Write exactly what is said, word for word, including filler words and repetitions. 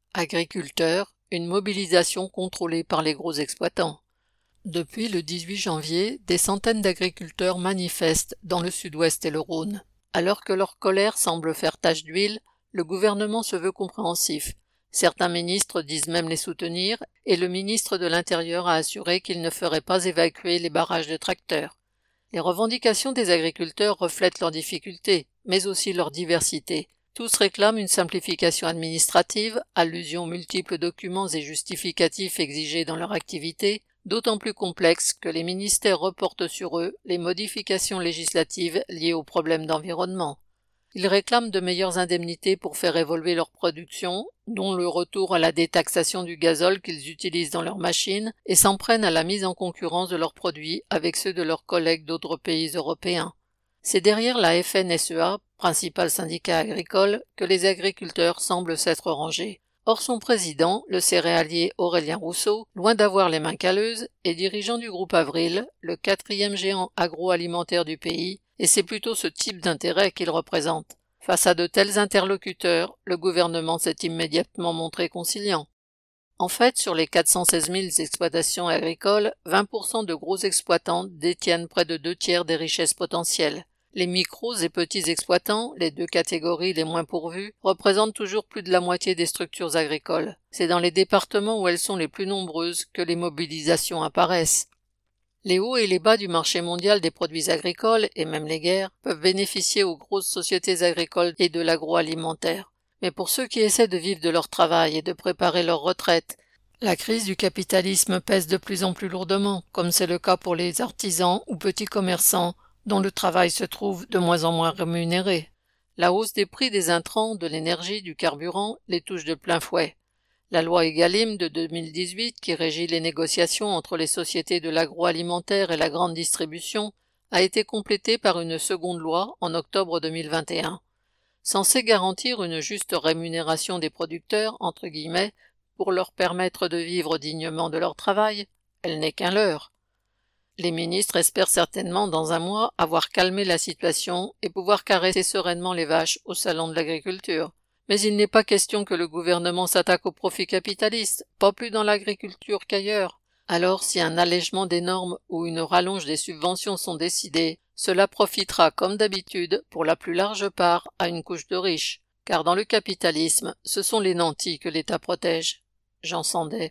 Agriculteurs, une mobilisation contrôlée par les gros exploitants. Depuis le dix-huit janvier, des centaines d'agriculteurs manifestent dans le sud-ouest et le Rhône. Alors que leur colère semble faire tache d'huile, le gouvernement se veut compréhensif. Certains ministres disent même les soutenir, et le ministre de l'Intérieur a assuré qu'il ne ferait pas évacuer les barrages de tracteurs. Les revendications des agriculteurs reflètent leurs difficultés, mais aussi leur diversité. Tous réclament une simplification administrative, allusion aux multiples documents et justificatifs exigés dans leur activité, d'autant plus complexes que les ministères reportent sur eux les modifications législatives liées aux problèmes d'environnement. Ils réclament de meilleures indemnités pour faire évoluer leur production, dont le retour à la détaxation du gazole qu'ils utilisent dans leurs machines, et s'en prennent à la mise en concurrence de leurs produits avec ceux de leurs collègues d'autres pays européens. C'est derrière la F N S E A, principal syndicat agricole, que les agriculteurs semblent s'être rangés. Or son président, le céréalier Aurélien Rousseau, loin d'avoir les mains calleuses, est dirigeant du groupe Avril, le quatrième géant agroalimentaire du pays, et c'est plutôt ce type d'intérêt qu'il représente. Face à de tels interlocuteurs, le gouvernement s'est immédiatement montré conciliant. En fait, sur les quatre cent seize mille exploitations agricoles, vingt pour cent de gros exploitants détiennent près de deux tiers des richesses potentielles. Les micros et petits exploitants, les deux catégories les moins pourvues, représentent toujours plus de la moitié des structures agricoles. C'est dans les départements où elles sont les plus nombreuses que les mobilisations apparaissent. Les hauts et les bas du marché mondial des produits agricoles, et même les guerres, peuvent bénéficier aux grosses sociétés agricoles et de l'agroalimentaire. Mais pour ceux qui essaient de vivre de leur travail et de préparer leur retraite, la crise du capitalisme pèse de plus en plus lourdement, comme c'est le cas pour les artisans ou petits commerçants, dont le travail se trouve de moins en moins rémunéré. La hausse des prix des intrants, de l'énergie, du carburant les touche de plein fouet. La loi Egalim de deux mille dix-huit, qui régit les négociations entre les sociétés de l'agroalimentaire et la grande distribution, a été complétée par une seconde loi en octobre deux mille vingt et un. Censée garantir une juste rémunération des producteurs, entre guillemets, pour leur permettre de vivre dignement de leur travail, elle n'est qu'un leurre. Les ministres espèrent certainement dans un mois avoir calmé la situation et pouvoir caresser sereinement les vaches au salon de l'agriculture. Mais il n'est pas question que le gouvernement s'attaque au profit capitaliste, pas plus dans l'agriculture qu'ailleurs. Alors si un allègement des normes ou une rallonge des subventions sont décidés, cela profitera comme d'habitude pour la plus large part à une couche de riches, car dans le capitalisme, ce sont les nantis que l'État protège. Jean Sandé.